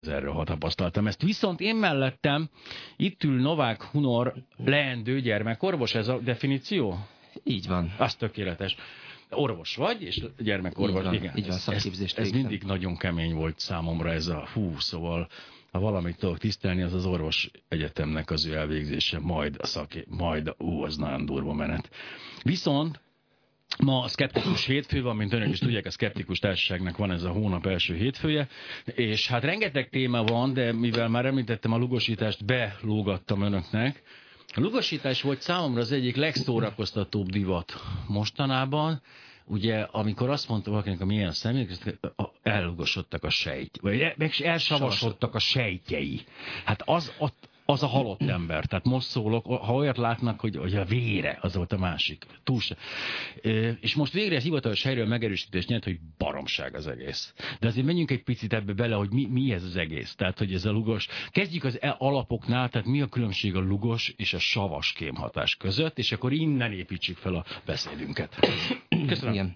erről tapasztaltam ezt. Viszont én mellettem itt ül Novák Hunor leendő gyermekorvos, ez a definíció? Így van. Az tökéletes. Orvos vagy, és gyermekorvos. Igen. Így van, szakképzést ez mindig nagyon kemény volt számomra ez a szóval ha valamit tudok tisztelni, az orvos egyetemnek az ő elvégzése, az nagyon durva menet. Viszont ma a szkeptikus hétfő van, mint önök is tudják, a szkeptikus társaságnak van ez a hónap első hétfője, és hát rengeteg téma van, de mivel már említettem a lugosítást, belógattam önöknek. A lugosítás volt számomra az egyik legszórakoztatóbb divat mostanában, ugye, amikor azt mondta valakinek, ami ilyen személy, ellugosodtak a vagy elsavasodtak a sejtjei. Hát az a halott ember. Tehát most szólok, ha olyat látnak, hogy a vére, az volt a másik. És most végre hivatalos helyről megerősítés nyert, hogy baromság az egész. De azért menjünk egy picit ebbe bele, hogy mi ez az egész. Tehát, hogy ez a lugos. Kezdjük az alapoknál, tehát mi a különbség a lugos és a savas kémhatás között, és akkor innen építsük fel a beszédünket. Köszönöm. Igen,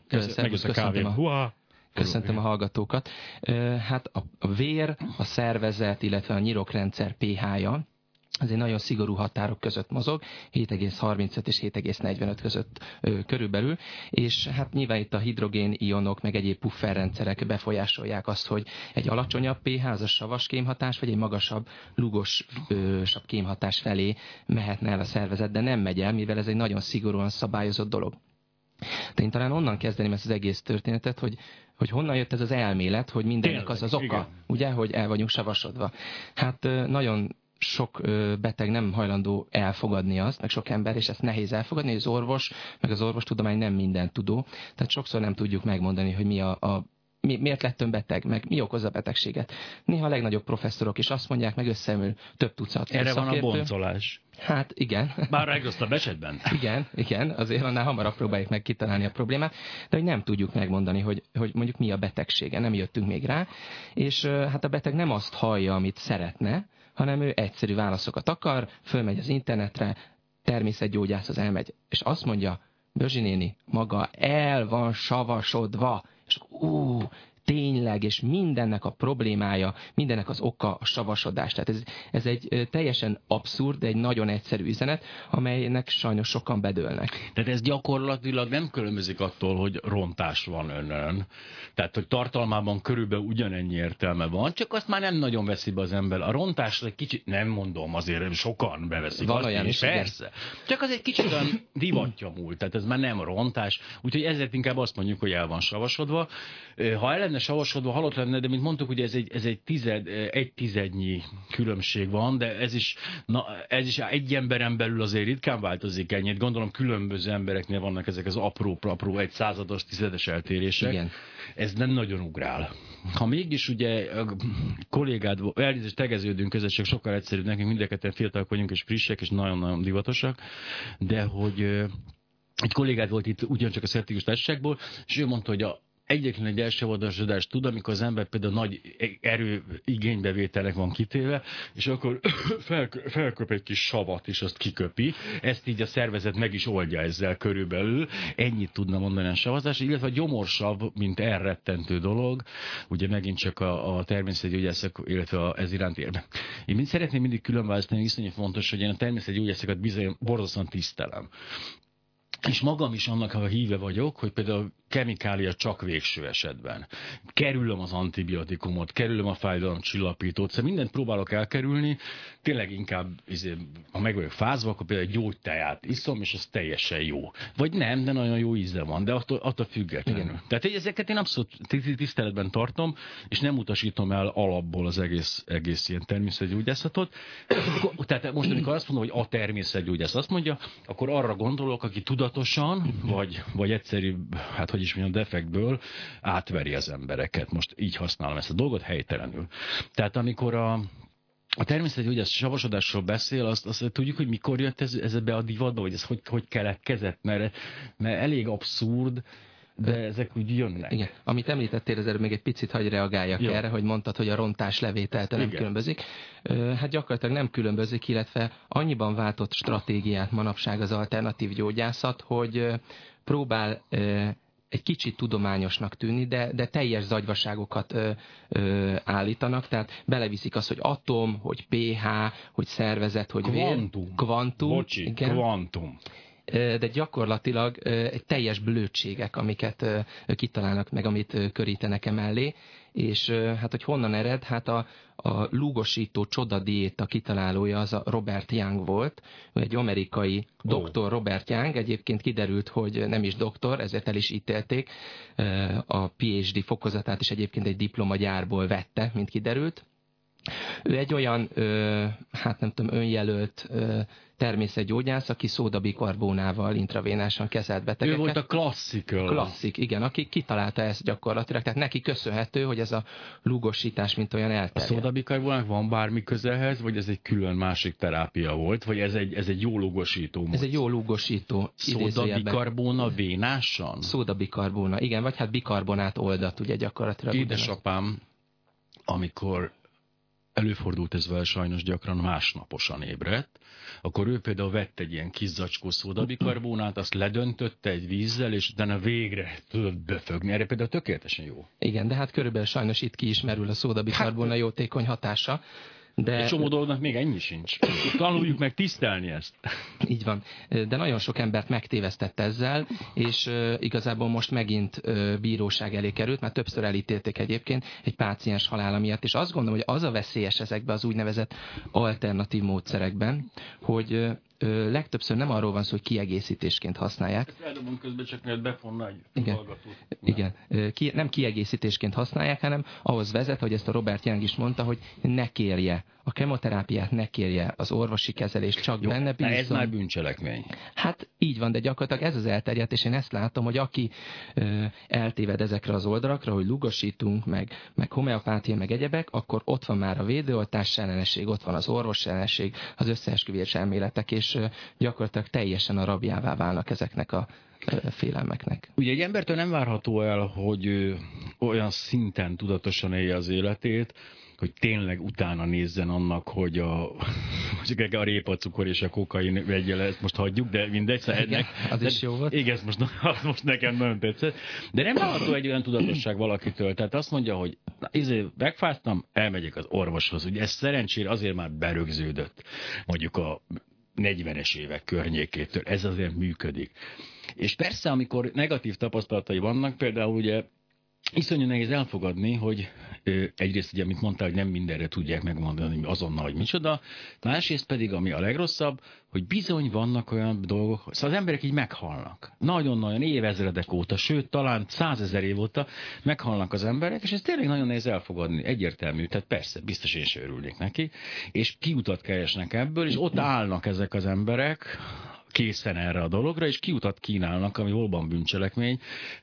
köszöntöm a hallgatókat. Hát a vér, a szervezet, illetve a nyirokrendszer pH-ja, az egy nagyon szigorú határok között mozog, 7,35 és 7,45 között körülbelül, és hát nyilván itt a hidrogén-ionok, meg egyéb pufferrendszerek befolyásolják azt, hogy egy alacsonyabb pH, az a savas kémhatás, vagy egy magasabb, lugosabb kémhatás felé mehetne el a szervezet, de nem megy el, mivel ez egy nagyon szigorúan szabályozott dolog. De én talán onnan kezdeném ezt az egész történetet, hogy honnan jött ez az elmélet, hogy mindennek az oka, igen. Ugye, hogy el vagyunk savasodva. Hát nagyon sok beteg nem hajlandó elfogadni azt, meg sok ember, és ezt nehéz elfogadni, hogy az orvos, meg az orvostudomány nem minden tudó. Tehát sokszor nem tudjuk megmondani, hogy miért lettem beteg, meg mi okozza a betegséget. Néha a legnagyobb professzorok is azt mondják, meg összeemül több tucat erre szakértő. Van a boncolás. Hát igen. Bár a legrosszabb esetben. Igen, azért annál hamarabb próbáljuk meg kitalálni a problémát, de hogy nem tudjuk megmondani, hogy mondjuk mi a betegsége, nem jöttünk még rá, és hát a beteg nem azt hallja, amit szeretne, hanem ő egyszerű válaszokat akar, fölmegy az internetre, természetgyógyászhoz elmegy, és azt mondja, Bözsi néni, maga el van savasodva, és tényleg, és mindennek a problémája, mindennek az oka a savasodás. Tehát ez egy teljesen abszurd, de egy nagyon egyszerű üzenet, amelynek sajnos sokan bedőlnek. Tehát ez gyakorlatilag nem különbözik attól, hogy rontás van önön. Tehát, hogy tartalmában körülbelül ugyanennyi értelme van, csak azt már nem nagyon veszi be az ember. A rontás egy kicsit, nem mondom, azért sokan beveszik. Van olyan is, persze. Csak az egy kicsit olyan divatja múlt, tehát ez már nem rontás. Úgyhogy ezért inkább azt mondjuk, hogy el van savasodva. Ha el lenne savasodva, halott lenne, de mint mondtuk, ugye ez egy tizednyi különbség van, de ez is egy emberen belül azért ritkán változik ennyit. Gondolom különböző embereknél vannak ezek az apró egy százados, tizedes eltérések. Igen. Ez nem nagyon ugrál. Ha mégis ugye kollégád, elnézést tegeződünk között, csak sokkal egyszerűbb nekünk, mindketten fiatalok vagyunk és frissek, és nagyon-nagyon divatosak, de hogy egy kollégád volt itt ugyancsak a szkeptikus társaságból, és ő mondta, hogy egyetlen egy elsavasodást tud, amikor az ember például nagy erő igénybevételnek van kitéve, és akkor felköp egy kis savat, és azt kiköpi. Ezt így a szervezet meg is oldja ezzel körülbelül. Ennyit tudna mondani a savazás, illetve a gyomorsav, mint elrettentő dolog, ugye megint csak a természetgyógyászok, illetve ez iránt érve. Én szeretném mindig különválasztani, iszonyú fontos, hogy én a természetgyógyászokat bizony borzasztóan tisztelem. És magam is annak a híve vagyok, hogy például kemikália csak végső esetben. Kerülöm az antibiotikumot, kerülöm a fájdalomcsillapítót, szóval mindent próbálok elkerülni, tényleg inkább, ha meg vagyok fázva, akkor például egy gyógyteját iszom, és az teljesen jó. Vagy nem, de nagyon jó íze van, de attól függetlenül. Igen. Tehát ezeket én abszolút tiszteletben tartom, és nem utasítom el alapból az egész ilyen természetgyógyászatot. Tehát most, amikor azt mondom, hogy a természetgyógyász azt mondja, akkor arra gondolok, aki tudatosan, vagy egyszerű, hát hogy is mondjam, defektből átveri az embereket. Most így használom ezt a dolgot helytelenül. Tehát amikor a természetgyógyász savasodásról beszél, azt tudjuk, hogy mikor jött ez be a divatba, vagy ez hogy keletkezett, mert elég abszurd, de ezek úgy jönnek. Igen. Amit említettél, ezért még egy picit hagy reagáljak erre, hogy mondtad, hogy a rontás levételte nem különbözik. Hát gyakorlatilag nem különbözik, illetve annyiban váltott stratégiát manapság az alternatív gyógyászat, hogy próbál egy kicsit tudományosnak tűnni, de teljes zagyvaságokat állítanak, tehát beleviszik azt, hogy atom, hogy pH, hogy szervezet, hogy kvantum. Bocsi, igen. kvantum. De gyakorlatilag egy teljes blödségek, amiket kitalálnak meg, amit körítenek emellé, és hát hogy honnan ered, hát a lúgosító csodadiéta kitalálója az a Robert Young volt, egy amerikai doktor Robert Young, egyébként kiderült, hogy nem is doktor, ezért el is ítélték, a PhD fokozatát is egyébként egy diplomagyárból vette, mint kiderült. Ő egy olyan, hát nem tudom, önjelölt természetgyógyász, aki szódabikarbónával intravénásan kezelt betegeket. Ő volt a klasszik, igen, aki kitalálta ezt gyakorlatilag, tehát neki köszönhető, hogy ez a lúgosítás mint olyan elterjedt. A szódabikarbónának van bármi közelhez, vagy ez egy külön másik terápia volt, vagy ez egy jó lúgosító mód? Ez egy jó lúgosító. Szódabikarbóna vénásan? Szódabikarbóna, igen, vagy hát bikarbonát oldat, ugye gyakorlatilag. Édesapám, amikor előfordult ez vele sajnos gyakran, másnaposan ébredt, akkor ő például vett egy ilyen kis zacskó szódabikarbónát, azt ledöntötte egy vízzel, és utána végre tudott befögni. Erre például tökéletesen jó. Igen, de hát körülbelül sajnos itt ki is merül a szódabikarbóna jótékony hatása. De... Egy csomó dolognak még ennyi sincs. Tanuljuk meg tisztelni ezt. Így van. De nagyon sok embert megtévesztett ezzel, és igazából most megint bíróság elé került, mert többször elítélték egyébként egy páciens halála miatt, és azt gondolom, hogy az a veszélyes ezekben az úgynevezett alternatív módszerekben, hogy legtöbbször nem arról van szó, hogy kiegészítésként használják. Ezt eldobom közben, csak mert befonna egy hallgatót. Igen. Nem kiegészítésként használják, hanem ahhoz vezet, hogy ezt a Robert Young is mondta, hogy ne kérje a kemoterápiát, ne kérje az orvosi kezelést, csak jó, benne bízzon. Ez már bűncselekmény. Hát így van, de gyakorlatilag ez az elterjedt, és én ezt látom, hogy aki eltéved ezekre az oldalakra, hogy lugosítunk, meg homeopátia, meg egyebek, akkor ott van már a védőoltás ellenesség, ott van az orvos ellenség, az összeesküvés elméletek, és gyakorlatilag teljesen a rabjává válnak ezeknek a félelmeknek. Ugye egy embertől nem várható el, hogy olyan szinten tudatosan élje az életét, hogy tényleg utána nézzen annak, hogy a répacukor és a kokain vegye le, ezt most hagyjuk, de mindegy. Igen, az is jó volt. Igen, most nekem nagyon tetszett. De nem várható egy olyan tudatosság valakitől. Tehát azt mondja, hogy megfáztam, elmegyek az orvoshoz. Ugye ez szerencsére azért már berögződött, mondjuk a 40-es évek környékétől. Ez azért működik. És persze, amikor negatív tapasztalatai vannak, például ugye iszonyú nehéz elfogadni, hogy egyrészt ugye, amit mondtál, hogy nem mindenre tudják megmondani azonnal, hogy micsoda, másrészt pedig, ami a legrosszabb, hogy bizony vannak olyan dolgok, szóval az emberek így meghalnak. Nagyon-nagyon évezredek óta, sőt, talán 100 000 év óta meghalnak az emberek, és ez tényleg nagyon nehéz elfogadni, egyértelmű, tehát persze, biztos én sem örülnék neki, és kiutat keresnek ebből, és ott állnak ezek az emberek, készen erre a dologra, és kiutat kínálnak, ami valóban bűncselekmény,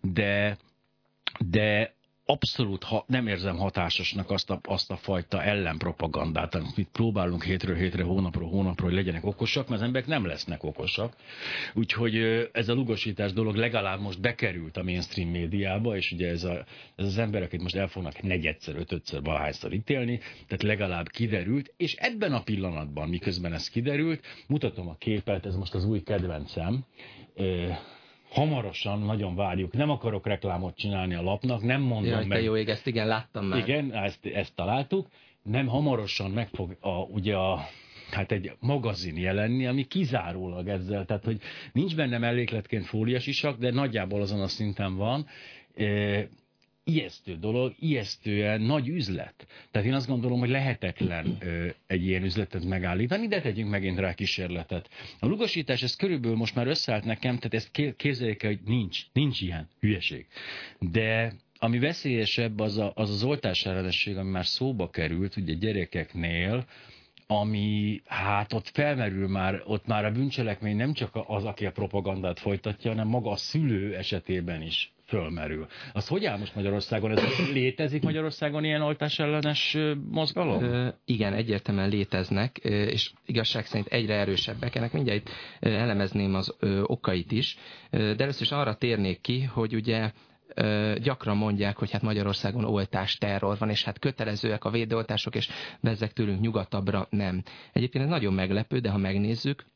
de abszolút nem érzem hatásosnak azt a fajta ellenpropagandát, amit próbálunk hétről hétre, hónapról hónapról, hogy legyenek okosak, mert az emberek nem lesznek okosak. Úgyhogy ez a lugosítás dolog legalább most bekerült a mainstream médiába, és ugye ez az emberek, akik most el fognak negyedszer, ötödszer, valahányszor ítélni, tehát legalább kiderült, és ebben a pillanatban, miközben ez kiderült, mutatom a képet, ez most az új kedvencem, hamarosan nagyon várjuk. Nem akarok reklámot csinálni a lapnak, nem mondom meg. Jaj, jó ég, ezt igen, láttam már. Igen, ezt találtuk. Nem hamarosan meg fog hát egy magazin jelenni, ami kizárólag ezzel, tehát hogy nincs benne mellékletként fóliasisak, de nagyjából azon a szinten van. Ijesztő dolog, ijesztően nagy üzlet. Tehát én azt gondolom, hogy lehetetlen egy ilyen üzletet megállítani, de tegyünk megint rá kísérletet. A lugosítás, ez körülbelül most már összeállt nekem, tehát ezt képzeljék el, hogy nincs ilyen hülyeség. De ami veszélyesebb, az oltás ellenesség, ami már szóba került, ugye gyerekeknél, ami, hát ott felmerül már, ott már a bűncselekmény nem csak az, aki a propagandát folytatja, hanem maga a szülő esetében is fölmerül. Az hogy áll most Magyarországon? Ez létezik Magyarországon ilyen oltásellenes mozgalom? Igen, egyértelműen léteznek, és igazság szerint egyre erősebbek. Ennek mindjárt elemezném az okait is, de először is arra térnék ki, hogy ugye gyakran mondják, hogy hát Magyarországon oltás terror van, és hát kötelezőek a védőoltások, és bezzeg tőlünk nyugatabbra nem. Egyébként ez nagyon meglepő, de ha megnézzük,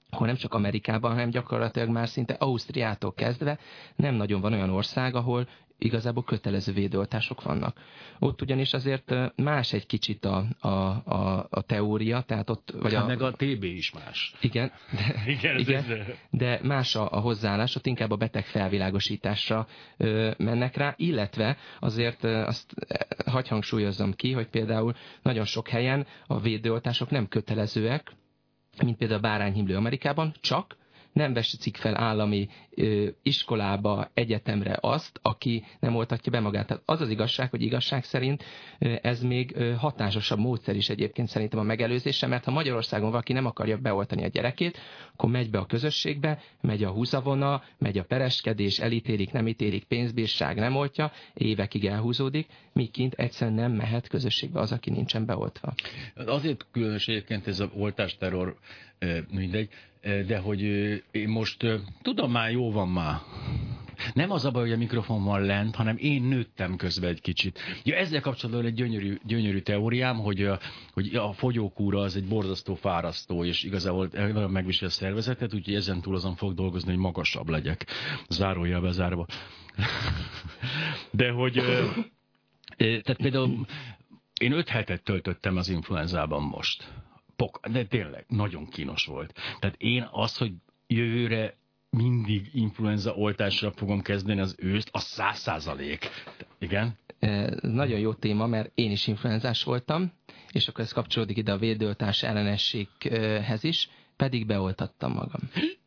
ahol nem csak Amerikában, hanem gyakorlatilag már szinte Ausztriától kezdve nem nagyon van olyan ország, ahol igazából kötelező védőoltások vannak. Ott ugyanis azért más egy kicsit a teória, tehát ott... Vagy hát meg a TB is más. Igen, Igen, de más a hozzáállás, ott inkább a beteg felvilágosításra mennek rá, illetve azért azt hagy hangsúlyozzam ki, hogy például nagyon sok helyen a védőoltások nem kötelezőek, mint például a bárányhimlő Amerikában, csak nem veszik fel állami iskolába, egyetemre azt, aki nem oltatja be magát. Tehát az az igazság, hogy igazság szerint ez még hatásosabb módszer is egyébként szerintem a megelőzésre, mert ha Magyarországon valaki nem akarja beoltani a gyerekét, akkor megy be a közösségbe, megy a húzavona, megy a pereskedés, elítélik, nem ítélik, pénzbírság, nem oltja, évekig elhúzódik, míg kint egyszerűen nem mehet közösségbe az, aki nincsen beoltva. Azért különös egyébként ez az oltásterror, mindegy, de hogy én most tudom, már jó van már. Nem az a baj, hogy a mikrofon van lent, hanem én nőttem közben egy kicsit. Ja, ezzel kapcsolatban egy gyönyörű teóriám, hogy a fogyókúra az egy borzasztó fárasztó, és igazából nagyon megvisel a szervezetet, úgyhogy ezentúl azon fog dolgozni, hogy magasabb legyek. Zárójelbe zárva. De hogy... Tehát például én 5 hetet töltöttem az influenzában most. De tényleg, nagyon kínos volt. Tehát én az, hogy jövőre mindig influenza oltásra fogom kezdeni az őszt, az 100%. Igen? Nagyon jó téma, mert én is influenzás voltam, és akkor ez kapcsolódik ide a védőoltás ellenességhez is, pedig beoltattam magam.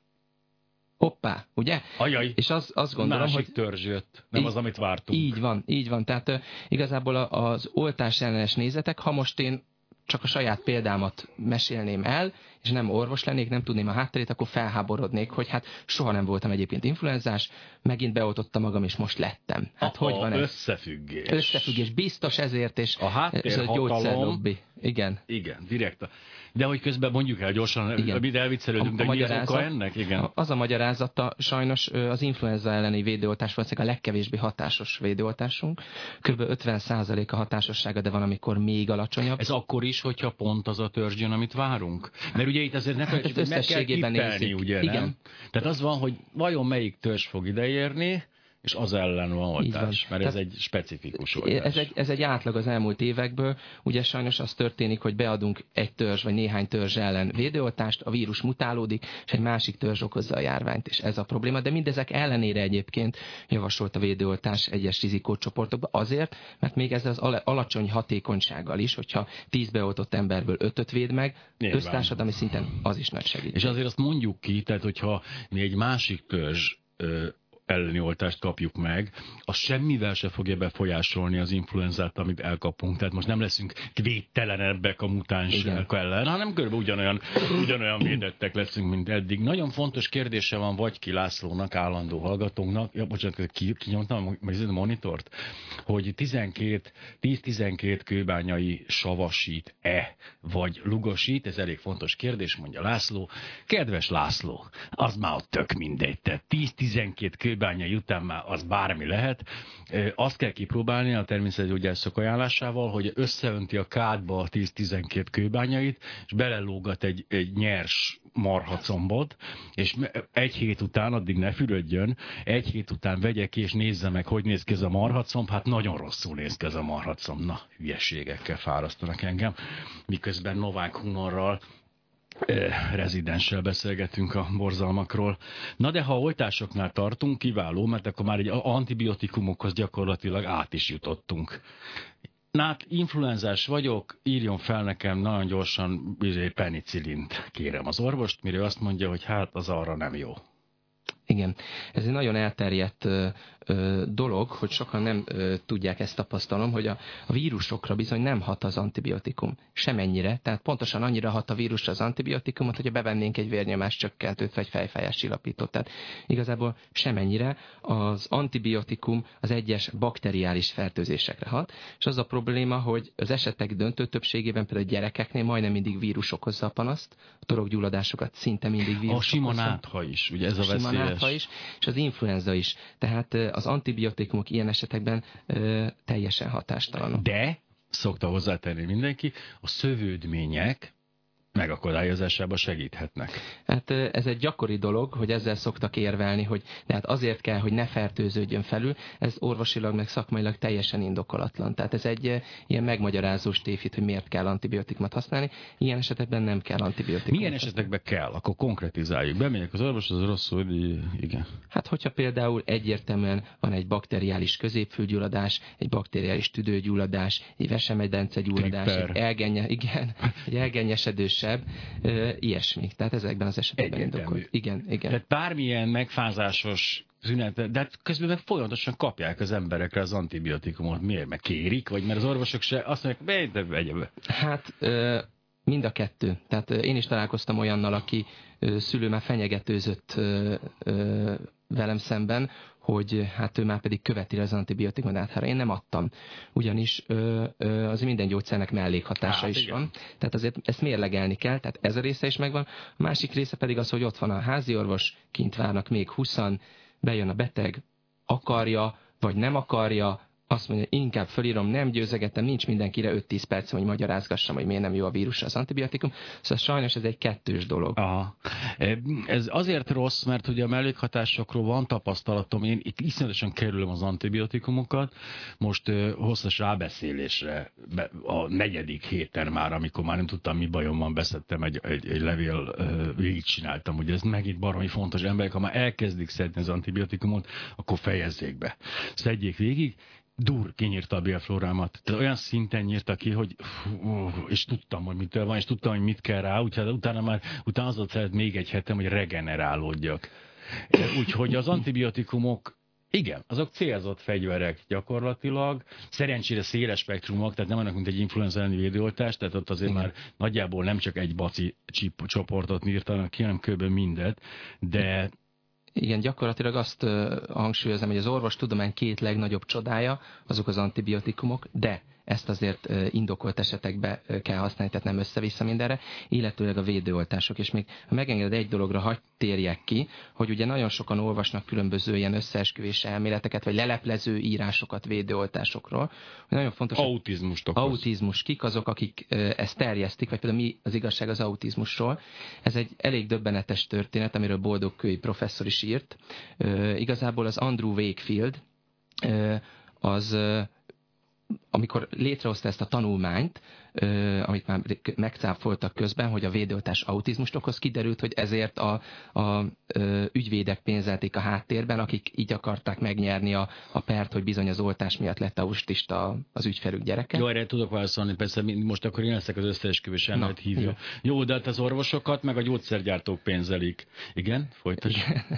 Hoppá, ugye? Ajaj, és azt gondolom, másik hogy törzs jött, nem az, amit vártunk. Így van. Tehát igazából az oltás ellenes nézetek, ha most én csak a saját példámat mesélném el, és nem orvos lennék, nem tudném a hátterét, akkor felháborodnék, hogy hát soha nem voltam egyébként influenzás, megint beoltottam magam, és most lettem. Hát hogy van ez? Összefüggés, biztos ezért, és a háttérhatalom... gyógyszerlobbi. Igen, direkt. De hogy közben mondjuk el gyorsan, amit elviccelődünk, de mi az oka ennek? Igen. Az a magyarázata, sajnos az influenza elleni védőoltás valószínűleg a legkevésbé hatásos védőoltásunk. Kb. 50% a hatásossága, de van, amikor még alacsonyabb. Ez akkor is, hogyha pont az a törzs jön, amit várunk? Mert ugye itt azért ne felejtsük, hogy meg kell kippelni, ugye, igen. Nem? Tehát az van, hogy vajon melyik törzs fog ideérni, és az ellen van oltás, mert ez egy specifikus oltás. Ez egy átlag az elmúlt évekből. Ugye sajnos az történik, hogy beadunk egy törzs vagy néhány törzs ellen védőoltást, a vírus mutálódik, és egy másik törzs okozza a járványt, és ez a probléma. De mindezek ellenére egyébként javasolt a védőoltás egyes rizikócsoportokba azért, mert még ez az alacsony hatékonysággal is, hogyha 10 beoltott emberből 5-öt véd meg, össztársadalmi szinten az is nagy segítség. És azért azt mondjuk ki, tehát hogyha mi egy másik törzs elleni oltást kapjuk meg, az semmivel se fogja befolyásolni az influenzát, amit elkapunk. Tehát most nem leszünk védtelenebbek a mutáns ellen, hanem körülbelül ugyanolyan védettek leszünk, mint eddig. Nagyon fontos kérdése van Vagyki Lászlónak, állandó hallgatónknak, bocsánat, kinyomtam a monitort, hogy 10-12 kőbányai savasít-e, vagy lugosít, ez elég fontos kérdés, mondja László. Kedves László, az már ott tök mindegy, tehát 10-12 kőbányai után már az bármi lehet. Azt kell kipróbálni a természetgyógyászok ajánlásával, hogy összeönti a kádba a 10-12 kőbányait, és belelógat egy nyers marhacombot, és 1 hét után, addig ne fürödjön, 1 hét után vegye ki, és nézze meg, hogy néz ki ez a marhacomb. Hát nagyon rosszul néz ki ez a marhacomb. Na, hülyeségekkel fárasztanak engem. Miközben Novák Hunorral rezidenssel beszélgetünk a borzalmakról. Na de ha oltásoknál tartunk, kiváló, mert akkor már egy antibiotikumokhoz gyakorlatilag át is jutottunk. Hát influenzás vagyok, írjon fel nekem nagyon gyorsan penicillint, kérem az orvost, mire azt mondja, hogy hát az arra nem jó. Igen, ez egy nagyon elterjedt dolog, hogy sokan nem tudják ezt tapasztalom, hogy a vírusokra bizony nem hat az antibiotikum. Semennyire, tehát pontosan annyira hat a vírusra az antibiotikumot, hogyha bevennénk egy vérnyomás csökkentőt vagy fejfájás csillapítót. Tehát igazából semennyire az antibiotikum az egyes bakteriális fertőzésekre hat, és az a probléma, hogy az esetek döntő többségében például a gyerekeknél majdnem mindig vírus okozza a panaszt, a torokgyulladásokat szinte mindig vírus okozza. A sima nátha is, ugye ez a veszélyes. Is, és az influenza is. Tehát az antibiotikumok ilyen esetekben teljesen hatástalanok. De, szokta hozzátenni mindenki, a szövődmények megakadályozásában segíthetnek. Hát ez egy gyakori dolog, hogy ezzel szoktak érvelni, hogy de hát azért kell, hogy ne fertőződjön felül, ez orvosilag meg szakmailag teljesen indokolatlan. Tehát ez egy ilyen megmagyarázós tévhit, hogy miért kell antibiotikumot használni. Ilyen esetekben nem kell antibiotikumot. Milyen esetekben kell? Akkor konkretizáljuk. Bemegyek az orvoshoz, az rosszul, igen. Hát, hogyha például egyértelműen van egy bakteriális középfülgyulladás, egy bakteriális tüdőgyulladás, egy vesemedence gyulladás, egy elgennyesedős ilyesmi. Tehát ezekben az esetekben indokolt. Igen. Tehát bármilyen megfázásos szünet, de hát közben meg folyamatosan kapják az emberekre az antibiotikumot. Miért? Meg kérik? Vagy mert az orvosok se azt mondják, de vegye be. Hát mind a kettő. Tehát én is találkoztam olyannal, aki szülő már fenyegetőzött velem szemben, hogy hát ő már pedig követi az antibiotikumot, hát én nem adtam. Ugyanis azért minden gyógyszernek mellékhatása is igen. van. Tehát azért ezt mérlegelni kell, tehát ez a része is megvan. A másik része pedig az, hogy ott van a háziorvos, kint várnak még 20-an, bejön a beteg, akarja, vagy nem akarja, azt mondja, inkább fölírom, nem győzegetem, nincs mindenkire 5-10 perc, hogy magyarázgassam, hogy miért nem jó a vírusra az antibiotikum. Szóval sajnos ez egy kettős dolog. Aha. Ez azért rossz, mert ugye a mellékhatásokról van tapasztalatom. Én itt iszonyatosan kerülöm az antibiotikumokat. Most hosszas rábeszélésre a 4. héten már, amikor már nem tudtam, mi bajom van, beszedtem egy levél, így csináltam. Ugye ez megint baromi fontos. Emberek, ha már elkezdik szedni az antibiotikumot, akkor fejezzék be. Szedjék végig. Kinyírta a bélflórámat. Tehát olyan szinten nyírta ki, hogy és tudtam, hogy mitől van, és tudtam, hogy mit kell rá, úgyhogy utána az volt szeret még egy hetem, hogy regenerálódjak. Úgyhogy az antibiotikumok, igen, azok célzott fegyverek gyakorlatilag, szerencsére széles spektrumok, tehát nem annak, mint egy influenza elleni védőoltás, tehát ott azért már nagyjából nem csak egy baci csoportot írtanak ki, hanem kb. Mindet, de igen, gyakorlatilag azt hangsúlyozom, hogy az orvostudomány 2 legnagyobb csodája, azok az antibiotikumok, de ezt azért indokolt esetekben kell használni, tehát nem össze-vissza mindenre, illetőleg a védőoltások. És még, ha megengeded, egy dologra hadd térjek ki, hogy ugye nagyon sokan olvasnak különböző ilyen összeesküvés elméleteket, vagy leleplező írásokat védőoltásokról. Nagyon fontos, autizmus. Kik azok, akik ezt terjesztik, vagy például mi az igazság az autizmusról. Ez egy elég döbbenetes történet, amiről Boldog Kői professzor is írt. Igazából az Andrew Wakefield amikor létrehozta ezt a tanulmányt, amit már megcáfoltak közben, hogy a védőoltás autizmust okoz, kiderült, hogy ezért a ügyvédek pénzelték a háttérben, akik így akarták megnyerni a pert, hogy bizony az oltás miatt lett autista az ügyfelük gyereke. Jó, erre tudok válaszolni, persze most akkor én leszek az összeesküvés elmélet hívő. Jó, de hát az orvosokat meg a gyógyszergyártók pénzelik. Igen? Folytasd.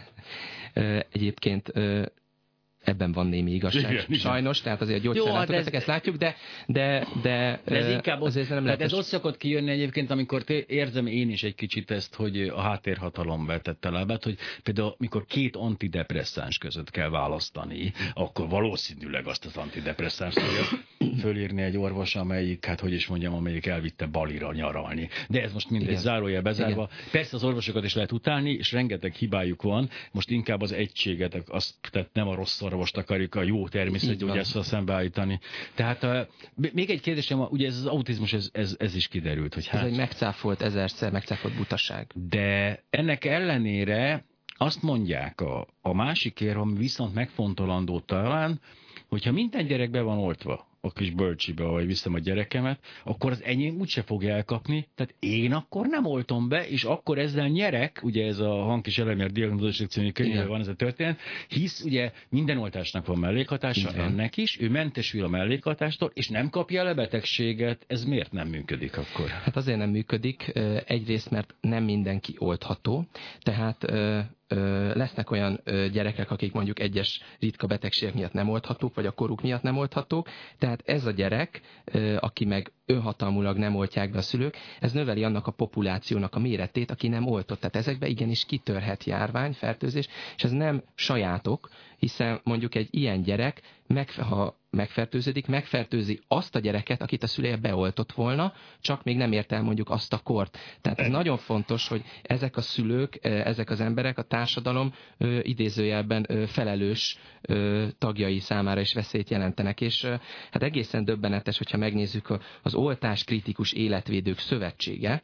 Egyébként ebben van némi igazság. Igen. Sajnos, tehát azért a gyógyszerlátogatók ezt látjuk, de ez inkább azért nem lehet. Ez ott szokott kijönni egyébként, amikor érzem én is egy kicsit ezt, hogy a háttérhatalom vetette lábát, hogy például mikor 2 antidepresszáns között kell választani, akkor valószínűleg azt az antidepresszáns fölírni egy orvos, amelyik, hát hogy is mondjam, amelyik elvitte Balira nyaralni. De ez most mindegy, zárójel bezárva. Igen. Persze az orvosokat is lehet utálni, és rengeteg hibájuk van. Most inkább az egységet, tehát nem a rossz orvost akarjuk a jó természetgyógyásszal szembeállítani. Tehát még egy kérdésem, ugye ez az autizmus, ez is kiderült, hogy hát... Ez egy megcáfolt, ezerszer megcáfolt butaság. De ennek ellenére azt mondják a másik érv, ami viszont megfontolandó talán, hogyha minden gyerek be van oltva, a kis bölcsibe, vagy viszem a gyerekemet, akkor az enyém úgyse fogja elkapni, tehát én akkor nem oltom be, és akkor ezzel nyerek, ugye ez a Hankis Elemér diagnózis című könyvben van ez a történet, hisz ugye minden oltásnak van mellékhatása, ennek is, ő mentesül a mellékhatástól, és nem kapja le betegséget, ez miért nem működik akkor? Hát azért nem működik, egyrészt, mert nem mindenki oltható, tehát lesznek olyan gyerekek, akik mondjuk egyes ritka betegségek miatt nem oldhatók, vagy a koruk miatt nem oldhatók. Tehát ez a gyerek, aki meg önhatalmulag nem oltják be a szülők, ez növeli annak a populációnak a méretét, aki nem oltott. Tehát ezekbe igenis kitörhet járvány, fertőzés, és ez nem sajátok, hiszen mondjuk egy ilyen gyerek, ha megfertőzi azt a gyereket, akit a szüleje beoltott volna, csak még nem ért el mondjuk azt a kort. Tehát ez nagyon fontos, hogy ezek a szülők, ezek az emberek a társadalom idézőjelben felelős tagjai számára is veszélyt jelentenek. És hát egészen döbbenetes, hogyha megnézzük az Oltás Kritikus Életvédők Szövetsége,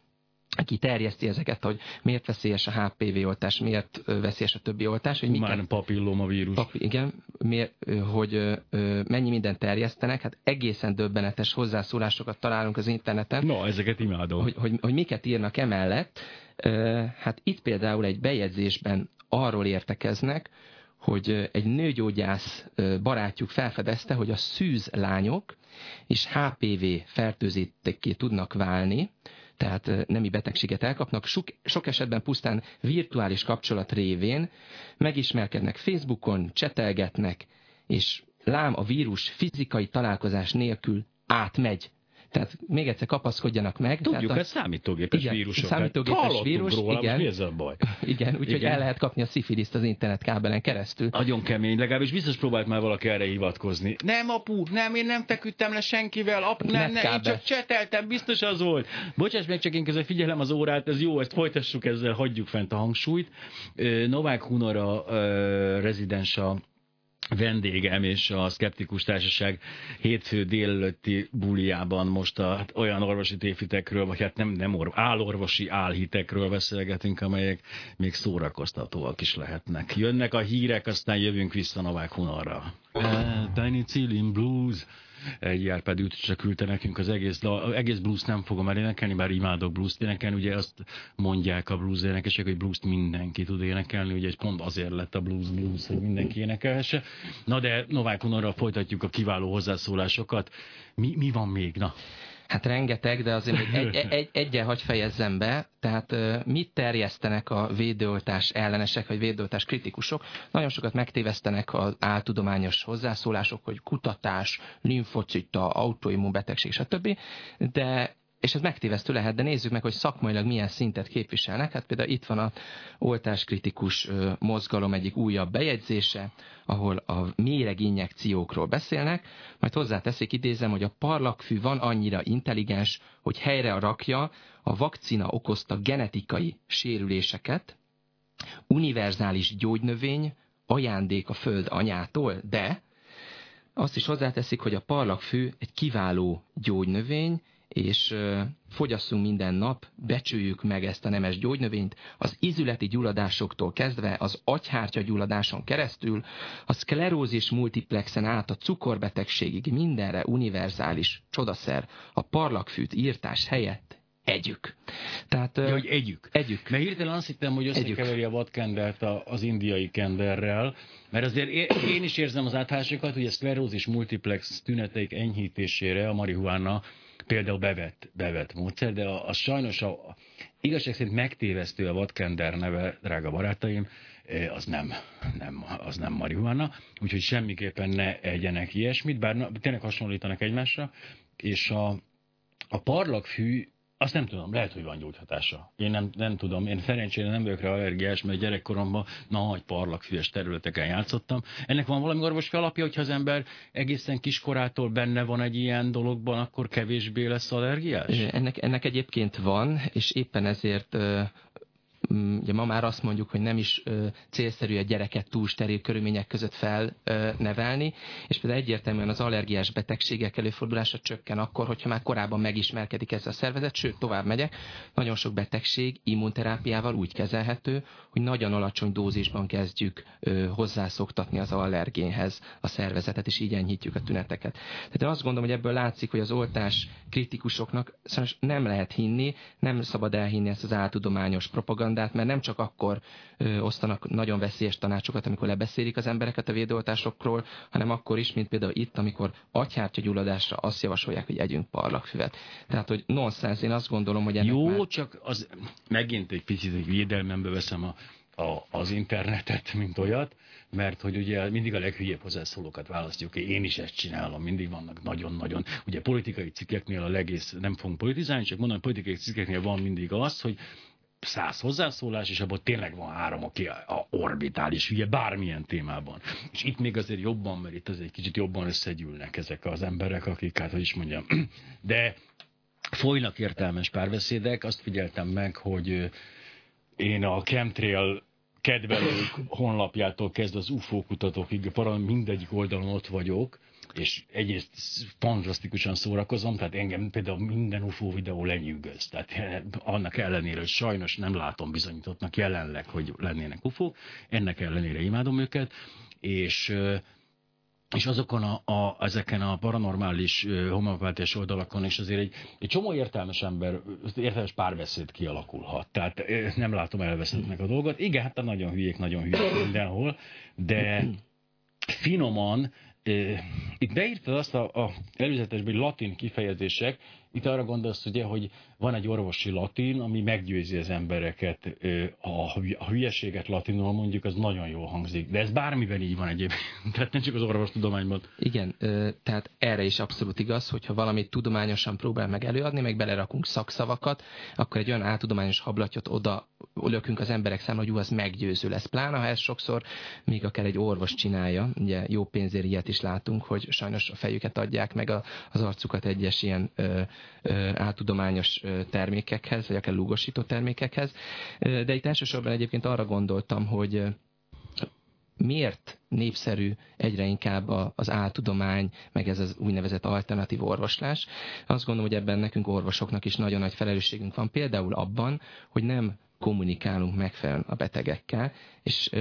aki terjeszti ezeket, hogy miért veszélyes a HPV oltás, miért veszélyes a többi oltás. Hogy Humán papillomavírus. Igen, hogy mennyi mindent terjesztenek, hát egészen döbbenetes hozzászólásokat találunk az interneten. No, ezeket imádom. Hogy miket írnak emellett. Hát itt például egy bejegyzésben arról értekeznek, hogy egy nőgyógyász barátjuk felfedezte, hogy a szűz lányok és HPV fertőzöttekké tudnak válni, tehát nemi betegséget elkapnak, sok esetben pusztán virtuális kapcsolat révén megismerkednek Facebookon, csetelgetnek, és lám a vírus fizikai találkozás nélkül átmegy. Tehát még egyszer kapaszkodjanak meg. Tudjuk, ez számítógépes vírusok. Számítógépes vírus, róla, igen. Mi ez a baj? Igen, úgyhogy el lehet kapni a szifiliszt az internetkábelen keresztül. Nagyon kemény, legalábbis biztos próbált már valaki erre hivatkozni. Nem, apu, nem, én nem feküdtem le senkivel, apu, nem, én csak cseteltem, biztos az volt. Bocsáss meg, csak én közben figyelem az órát, ez jó, ezt folytassuk ezzel, hagyjuk fent a hangsúlyt. Novák Hunor a rezidens a vendégem és a Szkeptikus Társaság hétfő délelőtti buliában most olyan orvosi tévhitekről, vagy hát nem álorvosi álhitekről beszélgetünk, amelyek még szórakoztatóak is lehetnek. Jönnek a hírek, aztán jövünk vissza Novák Hunorra. Penicillin Blues. Egy Árpád Ütöse küldte nekünk az egész blues nem fogom elénekelni, bár imádok blues-t énekelni. Ugye azt mondják a blues énekesek, hogy blues-t mindenki tud énekelni, ugye pont azért lett a blues, hogy mindenki énekelhesse. Na de Novák Hunorral folytatjuk a kiváló hozzászólásokat. Mi van még? Na? Hát rengeteg, de azért még egyen hagy fejezzem be. Tehát mit terjesztenek a védőoltás ellenesek, vagy védőoltás kritikusok? Nagyon sokat megtévesztenek az áltudományos hozzászólások, hogy kutatás, limfocita, autoimmunbetegség, stb. És ez megtévesztő lehet, de nézzük meg, hogy szakmailag milyen szintet képviselnek. Hát például itt van a oltáskritikus mozgalom egyik újabb bejegyzése, ahol a méreginjekciókról beszélnek, majd hozzáteszik, idézem, hogy a parlagfű van annyira intelligens, hogy helyre rakja a vakcina okozta genetikai sérüléseket, univerzális gyógynövény, ajándék a föld anyától, de azt is hozzáteszik, hogy a parlagfű egy kiváló gyógynövény, és fogyasszunk minden nap, becsüljük meg ezt a nemes gyógynövényt, az ízületi gyulladásoktól kezdve, az agyhártya gyulladáson keresztül, a szklerózis multiplexen át a cukorbetegségig mindenre univerzális csodaszer, a parlagfűt írtás helyett együk. Tehát, hogy együk. Mert hirtelen azt hittem, hogy összekeveri a vadkendert az indiai kenderrel, mert azért én is érzem az áthásokat, hogy a szklerózis multiplex tüneteik enyhítésére a marihuána például bevett módszer, de az sajnos igazság szerint megtévesztő a vadkender neve, drága barátaim, az nem marihuána, úgyhogy semmiképpen ne egyenek ilyesmit, bár tényleg hasonlítanak egymásra, és a parlagfű, azt nem tudom, lehet, hogy van gyógyhatása. Én nem tudom, én szerencsére nem vagyok rá allergiás, mert gyerekkoromban nagy parlagfűes területeken játszottam. Ennek van valami orvosi alapja, hogyha az ember egészen kiskorától benne van egy ilyen dologban, akkor kevésbé lesz allergiás? Ennek egyébként van, és éppen ezért ugye ma már azt mondjuk, hogy nem is célszerű a gyereket túl steril körülmények között felnevelni, és például egyértelműen az allergiás betegségek előfordulása csökken akkor, hogyha már korábban megismerkedik ez a szervezet, sőt, tovább megyek, nagyon sok betegség immunterápiával úgy kezelhető, hogy nagyon alacsony dózisban kezdjük hozzászoktatni az allergénhez a szervezetet, és így enyhítjük a tüneteket. Tehát én azt gondolom, hogy ebből látszik, hogy az oltás kritikusoknak nem lehet hinni, nem szabad elhinni ezt az áltudományos propagandát, mert nem csak akkor osztanak nagyon veszélyes tanácsokat, amikor lebeszélik az embereket a védőoltásokról, hanem akkor is, mint például itt, amikor agyhártyagyulladásra azt javasolják, hogy együnk parlagfüvet. Tehát, hogy nonsens, én azt gondolom, hogy ennek jó, csak az megint egy picit védelmembe veszem az internetet, mint olyat, mert hogy ugye mindig a leghülyebb hozzászólókat választjuk, én is ezt csinálom, mindig vannak nagyon-nagyon, ugye politikai cikkeknél nem fogunk politizálni, csak mondom, hogy politikai cikkeknél van mindig az, hogy 100 hozzászólás, és abban tényleg van 3, aki a orbitális hülye bármilyen témában. És itt még azért jobban, mert itt azért egy kicsit jobban összegyűlnek ezek az emberek, akik, hát hogy is mondjam, de folynak értelmes párbeszédek. Azt figyeltem meg, hogy én a chemtrail kedvelők honlapjától kezdve az UFO kutatókig, mindegyik oldalon ott vagyok, és egyrészt fantasztikusan szórakozom, tehát engem például minden UFO videó lenyűgöz. Tehát annak ellenére, hogy sajnos nem látom bizonyítottnak jelenleg, hogy lennének UFO, ennek ellenére imádom őket, és ezeken a paranormális homeopátiás oldalakon is azért egy csomó értelmes párbeszéd kialakulhat. Tehát nem látom elveszettnek a dolgot. Igen, hát nagyon hülyék mindenhol, de finoman, itt beírtad azt a előzetesben, hogy latin kifejezések, itt arra gondolsz ugye, hogy van egy orvosi latin, ami meggyőzi az embereket, a hülyeséget latinul mondjuk, az nagyon jól hangzik. De ez bármiben így van egyébként, tehát nem csak az orvostudományban. Igen, tehát erre is abszolút igaz, hogyha valamit tudományosan próbál meg előadni, meg belerakunk szakszavakat, akkor egy olyan áltudományos hablatyot oda lökünk az emberek számára, hogy az meggyőző lesz. Pláne, ha ezt sokszor még akár egy orvos csinálja, ugye jó pénzért ilyet is látunk, hogy sajnos a fejüket adják meg az arcukat egyes ilyen áltudományos termékekhez, vagy akár lúgosító termékekhez. De itt elsősorban egyébként arra gondoltam, hogy miért népszerű egyre inkább az áltudomány, meg ez az úgynevezett alternatív orvoslás. Azt gondolom, hogy ebben nekünk orvosoknak is nagyon nagy felelősségünk van. Például abban, hogy nem kommunikálunk megfelelően a betegekkel, és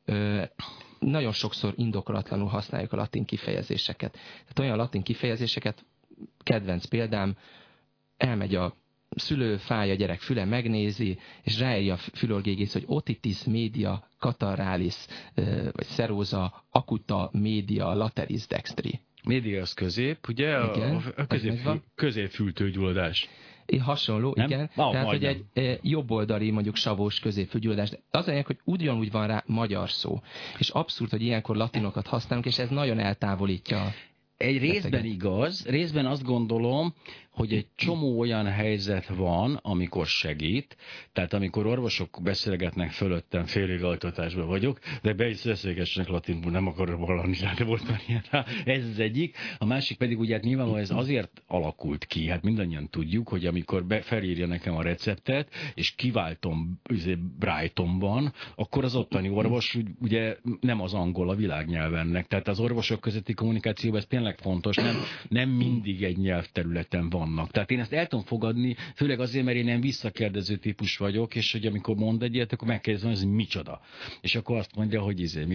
nagyon sokszor indokolatlanul használjuk a latin kifejezéseket. Tehát olyan latin kifejezéseket, kedvenc példám, elmegy a szülő, fáj a gyerek füle, megnézi, és ráírja a fülorgégész, hogy otitis media catarrhalis, vagy serosa acuta media lateris dextri. Média az közép, ugye? Igen, a középfültőgyulladás. Hasonló, nem? Igen. Tehát, hogy egy jobboldali, mondjuk savós középfülgyulladás. De az a hogy ugyanúgy van rá magyar szó. És abszurd, hogy ilyenkor latinokat használunk, és ez nagyon eltávolítja. Egy részben igaz, részben azt gondolom, hogy egy csomó olyan helyzet van, amikor segít, tehát amikor orvosok beszélgetnek fölöttem, félig altatásban vagyok, de be is beszélgessenek latinul, nem akarok valami, de volt már ilyen rá. Ez az egyik. A másik pedig ugye hát nyilvánvalóan ez azért alakult ki, hát mindannyian tudjuk, hogy amikor felírja nekem a receptet, és kiváltom Brightonban, akkor az ottani orvos ugye nem az angol a világnyelvennek. Tehát az orvosok közötti kommunikációban ez tényleg fontos, nem mindig egy nyelvterületen van. Tehát én ezt el tudom fogadni, főleg azért, mert én nem visszakérdező típus vagyok, és hogy amikor mond egy ilyet, akkor megkérdezem, hogy ez micsoda. És akkor azt mondja, hogy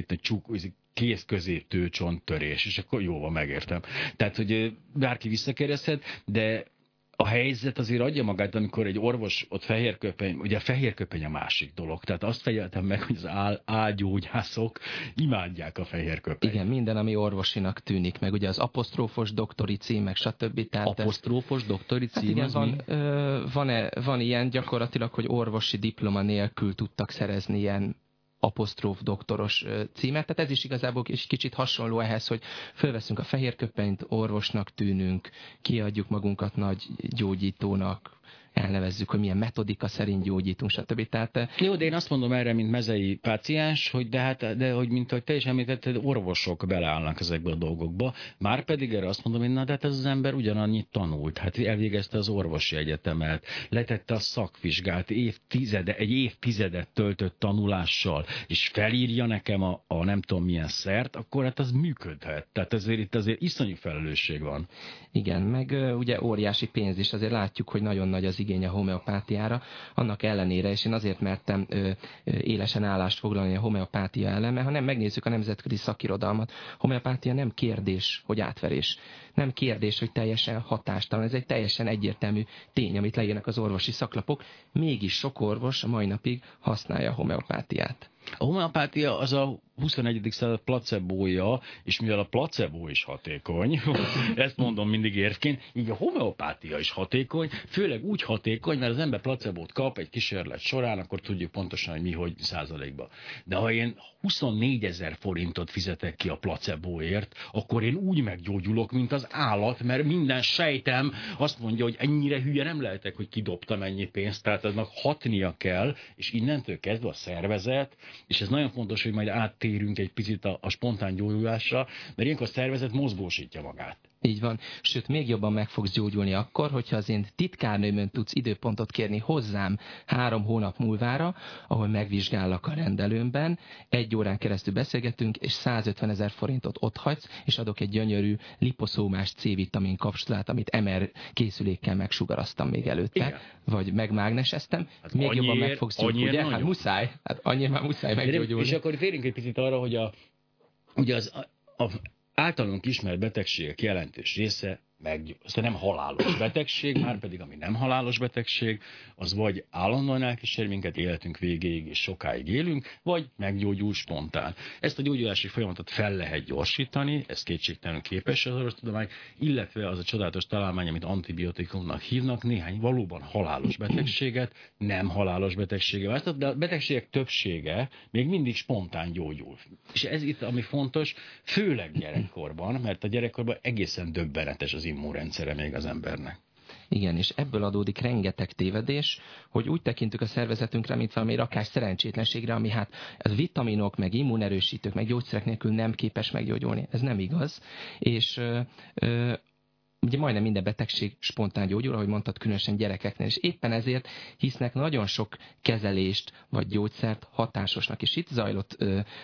kéz középtő csonttörés, és akkor jó van, megértem. Tehát, hogy bárki visszakérdezhet, de a helyzet azért adja magát, amikor egy orvos ott fehérköpeny, ugye a fehérköpeny a másik dolog. Tehát azt fegyeltem meg, hogy az álgyógyászok imádják a fehérköpenyt. Igen, minden, ami orvosinak tűnik meg. Ugye az apostrófos doktori címek, stb. Tehát apostrófos doktori cím? Hát igen, van ilyen gyakorlatilag, hogy orvosi diploma nélkül tudtak szerezni ilyen apostróf doktoros címet. Tehát ez is igazából egy kicsit hasonló ehhez, hogy fölveszünk a fehérköpenyt, orvosnak tűnünk, kiadjuk magunkat nagy gyógyítónak, elnevezzük, hogy milyen metodika szerint gyógyítunk, stb. Tehát, jó, de én azt mondom erre, mint mezei páciens, hogy de hogy mint ahogy te is említetted, orvosok beleállnak ezekbe a dolgokba. Márpedig erre azt mondom, hogy na, de hát ez az ember ugyanannyit tanult. Hát elvégezte az orvosi egyetemet, letette a szakvizsgát, egy évtizedet töltött tanulással, és felírja nekem a nem tudom milyen szert, akkor hát az működhet. Tehát itt azért iszonyú felelősség van. Igen, meg ugye óriási pénz is, azért látjuk, hogy nagyon nagy az igény a homeopátiára, annak ellenére, és én azért mertem élesen állást foglalni a homeopátia ellen, mert ha nem megnézzük a nemzetközi szakirodalmat, homeopátia nem kérdés, hogy átverés. Nem kérdés, hogy teljesen hatástalan, ez egy teljesen egyértelmű tény, amit leírnak az orvosi szaklapok, mégis sok orvos a mai napig használja a homeopátiát. A homeopátia az a 21. század placebója, és mivel a placebo is hatékony, ezt mondom mindig érvként, így a homeopátia is hatékony, főleg úgy hatékony, mert az ember placebót kap egy kísérlet során, akkor tudjuk pontosan, hogy mi, hogy százalékba. De ha én 24 000 forintot fizetek ki a placebóért, akkor én úgy meggyógyulok, mint az állat, mert minden sejtem azt mondja, hogy ennyire hülye nem lehetek, hogy kidobtam ennyi pénzt, tehát aznak hatnia kell, és innentől kezdve a szervezet, és ez nagyon fontos, hogy majd áttérünk egy picit a spontán gyógyulásra, mert ilyenkor a szervezet mozgósítja magát. Így van. Sőt, még jobban meg fogsz gyógyulni akkor, hogyha az én titkárnőmön tudsz időpontot kérni hozzám 3 hónap múlvára, ahol megvizsgállak a rendelőmben, 1 órán keresztül beszélgetünk, és 150 000 forintot otthagysz, és adok egy gyönyörű liposzómás C-vitamin kapsulát, amit MR készülékkel megsugaraztam még előtte, igen. Vagy megmágneseztem. Hát még jobban meg fogsz gyógyulni. Ugye? Hát muszáj. Hát annyira már muszáj meggyógyulni. És akkor férjünk egy picit arra, hogy ugye az általunk ismert betegségek jelentős része aztán nem halálos betegség, már pedig ami nem halálos betegség, az vagy állandóan elkísér minket életünk végéig és sokáig élünk, vagy meggyógyul spontán. Ezt a gyógyulási folyamatot fel lehet gyorsítani, ez kétségtelenül képes az orvostudomány, illetve az a csodálatos találmány, amit antibiotikumnak hívnak, néhány valóban halálos betegséget, nem halálos betegsége, de a betegségek többsége még mindig spontán gyógyul. És ez itt, ami fontos, főleg gyerekkorban, mert a gyerekkorban egészen döbbenetes az immunrendszere még az embernek. Igen, és ebből adódik rengeteg tévedés, hogy úgy tekintünk a szervezetünkre, mint valami rakás szerencsétlenségre, ami hát a vitaminok, meg immunerősítők, meg gyógyszerek nélkül nem képes meggyógyulni. Ez nem igaz. És ugye majdnem minden betegség spontán gyógyul, ahogy mondtad, különösen gyerekeknél, és éppen ezért hisznek nagyon sok kezelést vagy gyógyszert hatásosnak. És itt zajlott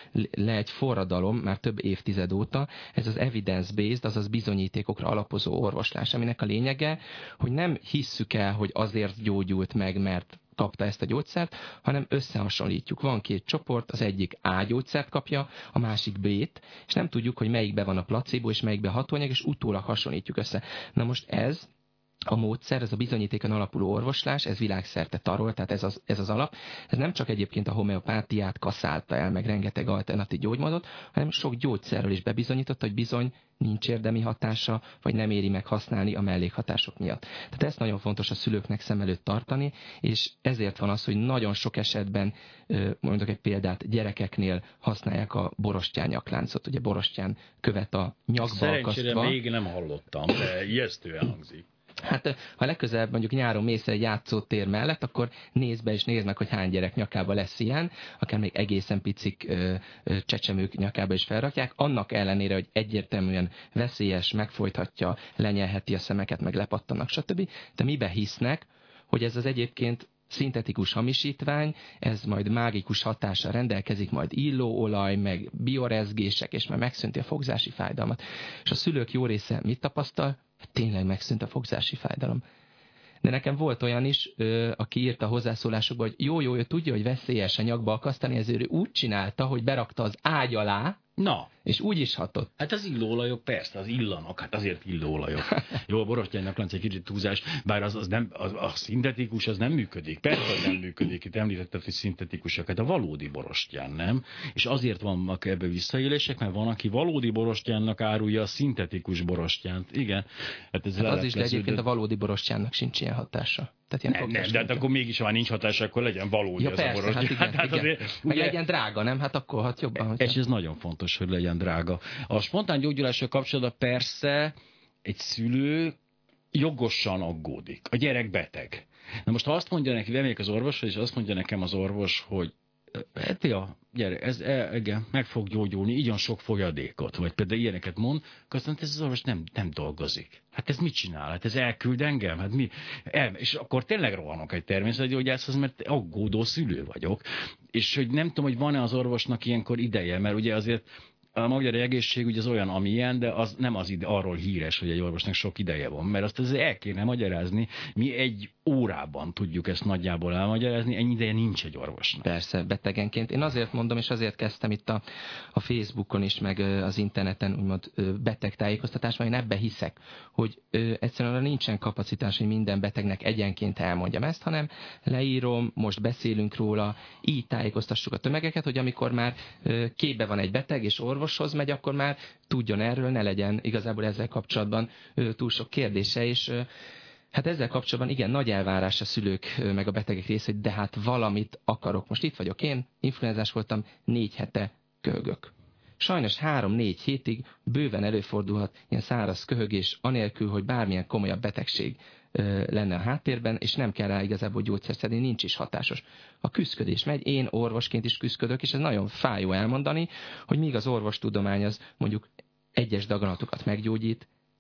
le egy forradalom már több évtized óta, ez az evidence-based, azaz bizonyítékokra alapozó orvoslás, aminek a lényege, hogy nem hisszük el, hogy azért gyógyult meg, mert kapta ezt a gyógyszert, hanem összehasonlítjuk. Van 2 csoport, az egyik A gyógyszert kapja, a másik B-t, és nem tudjuk, hogy melyikbe van a placebo, és melyikbe a hatóanyag, és utólag hasonlítjuk össze. Na most ez a módszer, ez a bizonyítékon alapuló orvoslás, ez világszerte tarol, tehát ez az alap. Ez nem csak egyébként a homeopátiát kaszálta el, meg rengeteg alternatív gyógymódot, hanem sok gyógyszerről is bebizonyította, hogy bizony nincs érdemi hatása, vagy nem éri meg használni a mellékhatások miatt. Tehát ezt nagyon fontos a szülőknek szem előtt tartani, és ezért van az, hogy nagyon sok esetben, mondok egy példát, gyerekeknél használják a borostyán nyakláncot. Ugye borostyán követ a nyakba akasztva. Szerencsére még nem hallottam, de ijesztően hangzik. Hát ha legközelebb mondjuk nyáron mész egy játszótér mellett, akkor nézd be és nézd meg, hogy hány gyerek nyakába lesz ilyen, akár még egészen picik csecsemők nyakába is felrakják, annak ellenére, hogy egyértelműen veszélyes, megfojthatja, lenyelheti a szemeket, meg lepattannak, stb. De mibe hisznek, hogy ez az egyébként szintetikus hamisítvány, ez majd mágikus hatással rendelkezik, majd illóolaj, meg biorezgések, és már megszűnti a fogzási fájdalmat. És a szülők jó része mit tapasztal? Tényleg megszűnt a fogzási fájdalom. De nekem volt olyan is, aki írta a hozzászólásokba, hogy jó, ő tudja, hogy veszélyes a nyakba akasztani, ezért ő úgy csinálta, hogy berakta az ágy alá, na, és úgy is hatott. Hát az illóolajok persze, az illanak, hát azért illóolajok. Jó, a borostyánynak lánc egy kicsit túlzás, bár az nem, a szintetikus az nem működik. Persze, hogy nem működik. Itt említetted, hogy szintetikusak. Hát a valódi borostyán nem. És azért vannak ebbe visszaélések, mert van, aki valódi borostyánnak árulja a szintetikus borostyánt. Igen. Hát ez az is, de egyébként a valódi borostyánnak sincs ilyen hatása. Nem, de hát akkor mégis, ha nincs hatása, akkor legyen valódi ja, az persze, a borostyán. Hát igen. Azért, meg ugye, legyen drága, nem? Hát akkor hat jobban. Hogyha... És ez nagyon fontos, hogy legyen drága. A spontán gyógyulással kapcsolatban persze egy szülő jogosan aggódik. A gyerek beteg. Na most, ha azt mondja neki, bemegyek az orvoshoz, és azt mondja nekem az orvos, hogy gyere, igen, meg fog gyógyulni, igyan sok folyadékot, vagy például ilyeneket mond, aztán ez az orvos nem dolgozik. Hát ez mit csinál? Hát ez elküld engem? Hát mi? És akkor tényleg rohanok egy természetgyógyászhoz, mert aggódó szülő vagyok. És hogy nem tudom, hogy van-e az orvosnak ilyenkor ideje, mert ugye azért a magyar egészségügy az olyan, amilyen, de az nem arról híres, hogy egy orvosnak sok ideje van, mert azt azért el kéne magyarázni. Mi 1 órában tudjuk ezt nagyjából elmagyarázni, ennyi ideje nincs egy orvosnak. Persze, betegenként. Én azért mondom, és azért kezdtem itt a Facebookon is, meg az interneten úgymond betegtájékoztatás, mert én ebbe hiszek, hogy egyszerűen nincsen kapacitás, hogy minden betegnek egyenként elmondjam ezt, hanem leírom, most beszélünk róla, így tájékoztassuk a tömegeket, hogy amikor már képbe van egy beteg, és orvoshoz megy, akkor már tudjon erről, ne legyen igazából ezzel kapcsolatban túl sok kérdése, és hát ezzel kapcsolatban igen, nagy elvárás a szülők meg a betegek része, hogy de hát valamit akarok. Most itt vagyok én, influenzás voltam, 4 hete köhögök. Sajnos 3-4 hétig bőven előfordulhat ilyen száraz köhögés, anélkül, hogy bármilyen komolyabb betegség lenne a háttérben, és nem kell rá igazából gyógyszert szedni, nincs is hatásos. A küszködés megy, én orvosként is küszködök, és ez nagyon fájó elmondani, hogy míg az orvostudomány az mondjuk egyes daganatokat meggyógyít,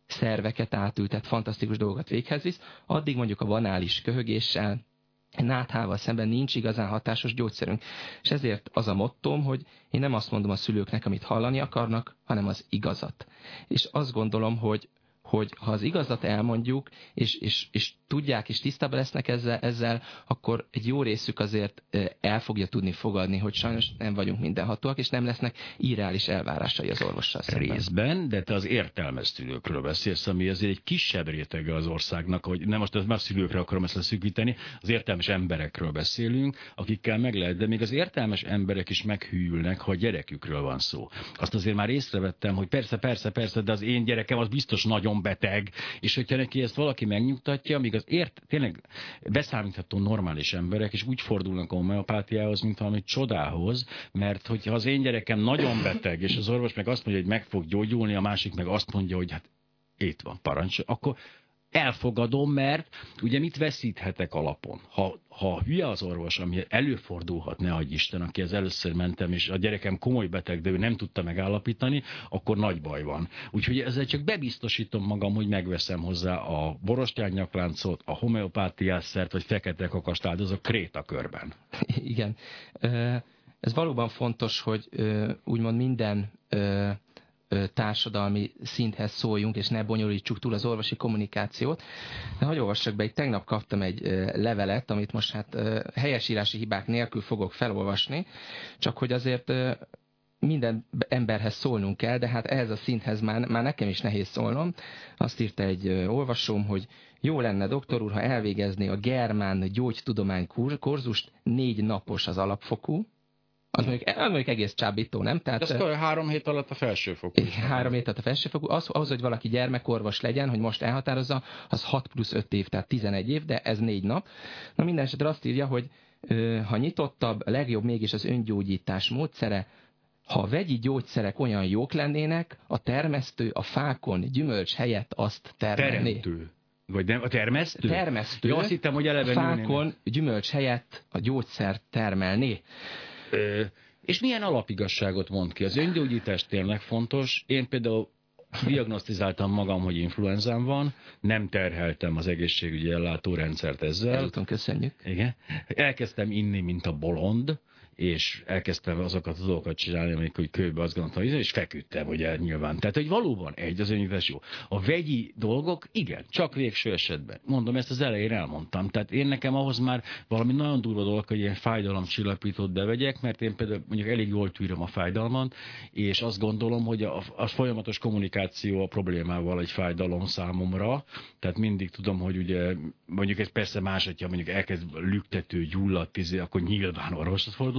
szerveket átültet, fantasztikus dolgokat véghez visz, addig mondjuk a banális köhögéssel, náthával szemben nincs igazán hatásos gyógyszerünk. És ezért az a mottom, hogy én nem azt mondom a szülőknek, amit hallani akarnak, hanem az igazat. És azt gondolom, hogy ha az igazat elmondjuk, és tudják, és tisztában lesznek ezzel, akkor egy jó részük azért el fogja tudni fogadni, hogy sajnos nem vagyunk mindenhatóak, és nem lesznek irreális elvárásai az orvossal szemben. Részben, de te az értelmeztülőkről beszélsz, ami azért egy kisebb rétege az országnak, hogy nem most már szülőkre akarom ezt leszűkíteni, az értelmes emberekről beszélünk, akikkel meg lehet, de még az értelmes emberek is meghűlnek, ha a gyerekükről van szó. Azt azért már észrevettem, hogy persze, de az én gyerekem az biztos nagyon beteg, és hogyha neki ezt valaki megnyugtatja, míg az tényleg beszámítható normális emberek, és úgy fordulnak a homeopátiához, mint valami csodához, mert hogyha az én gyerekem nagyon beteg, és az orvos meg azt mondja, hogy meg fog gyógyulni, a másik meg azt mondja, hogy hát itt van, parancs, akkor elfogadom, mert ugye mit veszíthetek alapon? Ha hülye az orvos, ami előfordulhat, ne adj Isten, aki az először mentem, és a gyerekem komoly beteg, de ő nem tudta megállapítani, akkor nagy baj van. Úgyhogy ezzel csak bebiztosítom magam, hogy megveszem hozzá a borostyánnyakkláncot, a homeopátiás szert, vagy fekete kakastált, az a krétakörben. Igen. Ez valóban fontos, hogy úgymond minden társadalmi szinthez szóljunk, és ne bonyolítsuk túl az orvosi kommunikációt. De hadd olvassak be, itt tegnap kaptam egy levelet, amit most hát helyesírási hibák nélkül fogok felolvasni, csak hogy azért minden emberhez szólnunk kell, de hát ehhez a szinthez már nekem is nehéz szólnom. Azt írta egy olvasóm, hogy jó lenne, doktor úr, ha elvégezné a germán gyógytudomány kurzust, 4 napos az alapfokú. Az mondjuk egész csábító, nem? Tehát, ez 3 hét alatt a felsőfokú. 3 hét alatt a felsőfokú. Ahhoz, hogy valaki gyermekorvos legyen, hogy most elhatározza, az 6 plusz 5 év, tehát 11 év, de ez 4 nap. Na minden esetre azt írja, hogy ha nyitottabb, legjobb mégis az öngyógyítás módszere, ha a vegyi gyógyszerek olyan jók lennének, a termesztő a fákon gyümölcs helyett azt termelné. Teremtő. Vagy nem, a termesztő? Termesztő. Ja, azt hittem, hogy eleve fákon gyümölcs helyett a gyógyszer termelné. És milyen alapigasságot mond ki? Az öngyógyítás tényleg fontos. Én például diagnosztizáltam magam, hogy influenzám van, nem terheltem az egészségügyi ellátórendszert ezzel. Ezúton köszönjük. Igen. Elkezdtem inni, mint a bolond, és elkezdtem azokat a dolgokat csinálni, amikor kőbe azt gondoltam, és feküdtem, ugye nyilván. Tehát, hogy valóban az öngyógyítás jó. A vegyi dolgok, igen, csak végső esetben. Mondom, ezt az elején elmondtam. Tehát én nekem ahhoz már valami nagyon durva dolog, hogy ilyen fájdalomcsillapítót bevegyek, mert én például mondjuk elég jól tűröm a fájdalmat, és azt gondolom, hogy a folyamatos kommunikáció a problémával egy fájdalom számomra. Tehát mindig tudom, hogy ugye mondjuk ez persze más, hogyha mondjuk elkezd lüktető, gyulladt, akkor nyilván orvoshoz fordul,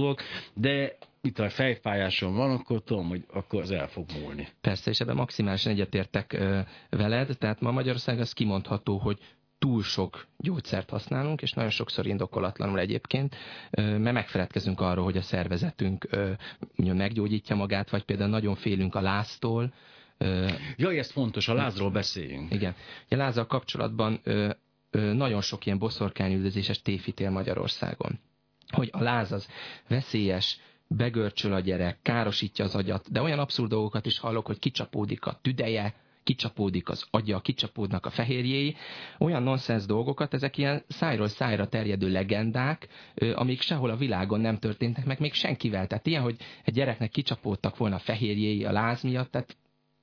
de itt a fejfájásom van, akkor tudom, hogy akkor az el fog múlni. Persze, és ebben maximálisan egyetértek veled, tehát ma Magyarország az kimondható, hogy túl sok gyógyszert használunk, és nagyon sokszor indokolatlanul egyébként, mert megfeledkezünk arról, hogy a szervezetünk meggyógyítja magát, vagy például nagyon félünk a láztól. Jaj, ez fontos, a lázról beszéljünk. Igen. A lázzal kapcsolatban nagyon sok ilyen boszorkányüldözéses tévhit él Magyarországon. Hogy a láz az veszélyes, begörcsöl a gyerek, károsítja az agyat, de olyan abszurd dolgokat is hallok, hogy kicsapódik a tüdeje, kicsapódik az agya, kicsapódnak a fehérjéi, olyan nonsens dolgokat, ezek ilyen szájról szájra terjedő legendák, amik sehol a világon nem történtek meg, még senkivel. Tehát ilyen, hogy egy gyereknek kicsapódtak volna a fehérjéi a láz miatt, tehát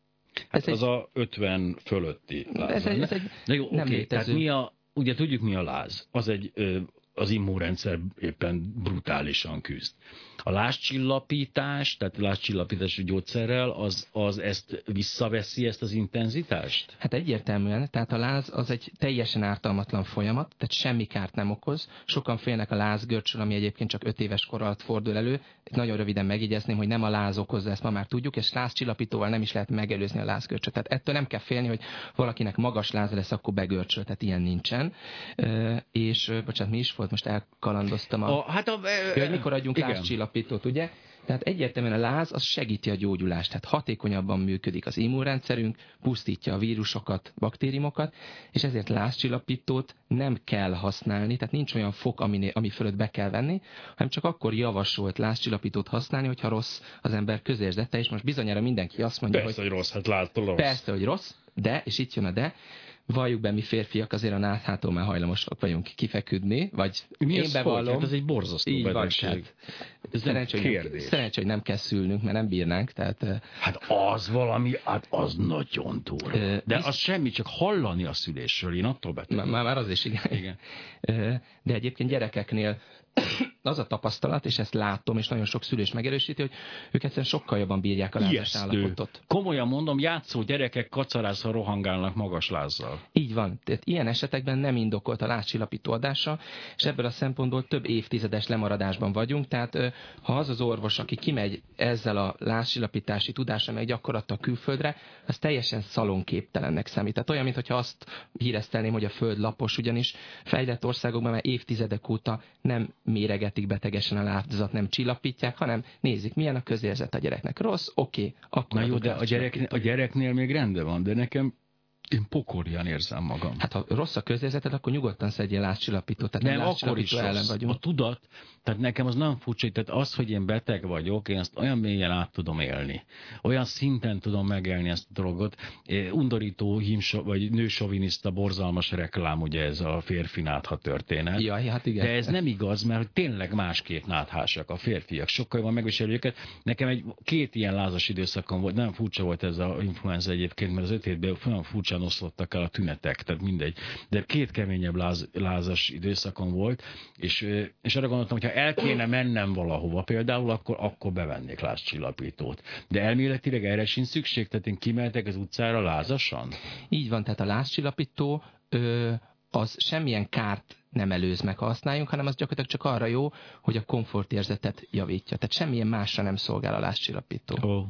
hát az a 50 fölötti láz. Ez egy jó, nem létező. Tehát ugye tudjuk mi a láz. Az egy az immunrendszer éppen brutálisan küzd. A lázcsillapítás, tehát lázcsillapítási gyógyszerrel, az ezt visszaveszi, ezt az intenzitást? Hát egyértelműen, tehát a láz az egy teljesen ártalmatlan folyamat, tehát semmi kárt nem okoz. Sokan félnek a lázgörcsről, ami egyébként csak 5 éves kor alatt fordul elő. Itt nagyon röviden megjegyezném, hogy nem a láz okozza, ezt ma már tudjuk, és lázcsillapítóval nem is lehet megelőzni a lázgörcsöt. Tehát ettől nem kell félni, hogy valakinek magas láza lesz, akkor begörcsöl, tehát ilyen nincsen. És, bocsánat, mi is volt, most elkalandoztam hogy mikor adjunk lázcsillapítót, ugye? Tehát egyértelműen a láz az segíti a gyógyulást, tehát hatékonyabban működik az immunrendszerünk, pusztítja a vírusokat, baktériumokat, és ezért lázcsillapítót nem kell használni, tehát nincs olyan fok, ami fölött be kell venni, hanem csak akkor javasolt lázcsillapítót használni, hogyha rossz az ember közérzete, és most bizonyára mindenki azt mondja, persze, hogy rossz, hát látod rossz. Persze, hogy rossz, de, és itt jön a de, valljuk be, mi férfiak azért a náthától már hajlamosak vagyunk kifeküdni, vagy mi én bevallom. Hát ez egy borzasztó betegség. Szerencsé, hogy nem kell szülnünk, mert nem bírnánk. Tehát, hát az valami, hát az nagyon durva. De az semmi, csak hallani a szülésről, én attól beteg. Már az is, igen. De egyébként gyerekeknél az a tapasztalat, és ezt látom, és nagyon sok szülés megerősíti, hogy ők egyszerűen sokkal jobban bírják a lázas állapotot. Komolyan mondom, játszó gyerekek kacarászva rohangálnak magas lázzal. Így van. Tehát ilyen esetekben nem indokolt a lázcsillapító adása, és ebből a szempontból több évtizedes lemaradásban vagyunk, tehát ha az az orvos, aki kimegy ezzel a lázcsillapítási tudással, meg gyakorlattal külföldre, az teljesen szalonképtelennek számít. Tehát olyan, mintha azt híresztelném, hogy a föld lapos, ugyanis fejlett országokban már évtizedek óta nem méregetik betegesen a lázat, nem csillapítják, hanem nézik, milyen a közérzet a gyereknek. Rossz, oké. Na jó, de a gyereknél még rendben van, de nekem én pokorjan érzem magam. Hát ha rossz a közérzeted, akkor nyugodtan szedjél lázcsillapítót. Tehát nem akkor is ellen vagyunk. A tudat, tehát nekem az nem furcsa, tehát az, hogy én beteg vagyok, én ezt olyan mélyen át tudom élni. Olyan szinten tudom megélni ezt a dolgot. Undorító, vagy nősoviniszta, borzalmas reklám, ugye ez a férfi nátha történet. Jaj, hát igen. De ez nem igaz, mert tényleg másképp náthásak a férfiak. Sokkal jobban megviseli őket. Nekem két ilyen lázas időszakom volt. Nem furcsa volt ez az influenza egyébként, mert az 5 hétben olyan furcsán oszlottak el a tünetek, tehát mindegy. De két keményebb lázas időszakom volt, és arra gondoltam, hogy ha el kéne mennem valahova például, akkor bevennék lázcsillapítót. De elméletileg erre sincs szükség, tehát én kimehetek az utcára lázasan? Így van, tehát a lázcsillapító az semmilyen kárt nem előz meg, ha használjunk, hanem az gyakorlatilag csak arra jó, hogy a komfortérzetet javítja. Tehát semmilyen másra nem szolgál a lázcsillapító. Oh.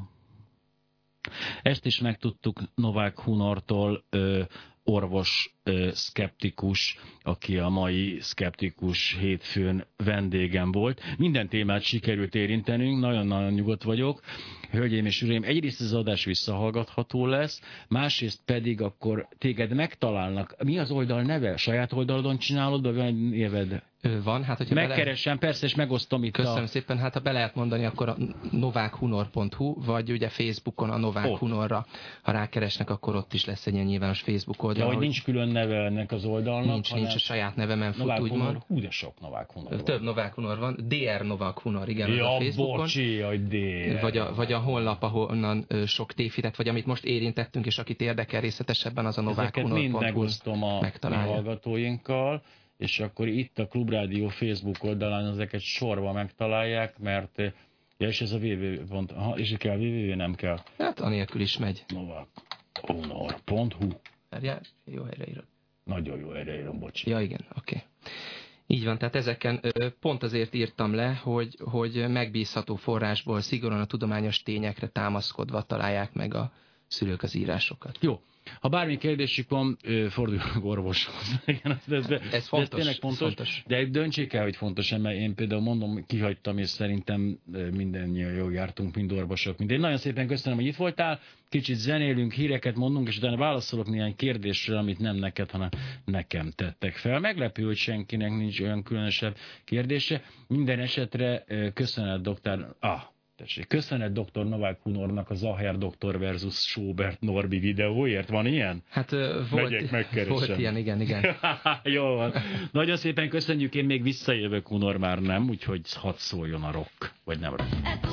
Ezt is megtudtuk Novák Hunortól, orvos szkeptikus, aki a mai szkeptikus hétfőn vendégem volt. Minden témát sikerült érintenünk, nagyon-nagyon nyugodt vagyok. Hölgyeim és uraim, egyrészt az adás visszahallgatható lesz, másrészt pedig akkor téged megtalálnak. Mi az oldal neve? Saját oldalon csinálod, vagy van egy néved? Van, hát hogyha megkeresem, persze, és megosztom itt. Köszönöm szépen, hát ha be lehet mondani, akkor a novakhunor.hu, vagy ugye Facebookon a Novák Hunorra, ha rákeresnek, akkor ott is lesz egy ilyen nyilvános Facebook oldal. Ja, hogy nincs külön neve ennek az oldalnak. Nincs a saját nevemen fut, úgymond. Hú, de sok Novák Hunor van. Több Novák Hunor van, DR Novák Hunor, igen, ja, a Facebookon. Bocsi, hogy DR. Vagy a honlap, ahonnan sok tévhitet, vagy amit most érintettünk, és akit érdekel részletesebben, az a novakhunor.hu. Ezeket mind megosztom a hallgatóinkkal, és akkor itt a Klubrádió Facebook oldalán ezeket sorba megtalálják, mert és ez a www. És kell www, nem kell. Hát anélkül is megy. novakhunor.hu. Jó helyre írod. Nagyon jó helyre írom, bocsi. Ja, igen, oké. Így van, tehát ezeken pont azért írtam le, hogy megbízható forrásból szigorúan a tudományos tényekre támaszkodva találják meg a szülők az írásokat. Jó. Ha bármi kérdésük van, forduljanak orvoshoz. Ez tényleg fontos. De döntsék el, hogy fontos, mert én például mondom, kihagytam, és szerintem mindannyian jól jártunk, mind orvosok. Én nagyon szépen köszönöm, hogy itt voltál. Kicsit zenélünk, híreket mondunk, és utána válaszolok néhány kérdésre, amit nem neked, hanem nekem tettek fel. Meglepő, hogy senkinek nincs olyan különösebb kérdése. Minden esetre köszönet, doktor... Köszönet dr. Novák Hunornak a Zaher doktor versus Schobert Norbi videóért. Van ilyen? Hát volt ilyen, igen. Jó van. Nagyon szépen köszönjük, én még visszajövök, Hunor már nem, úgyhogy hadd szóljon a rock, vagy nem rock.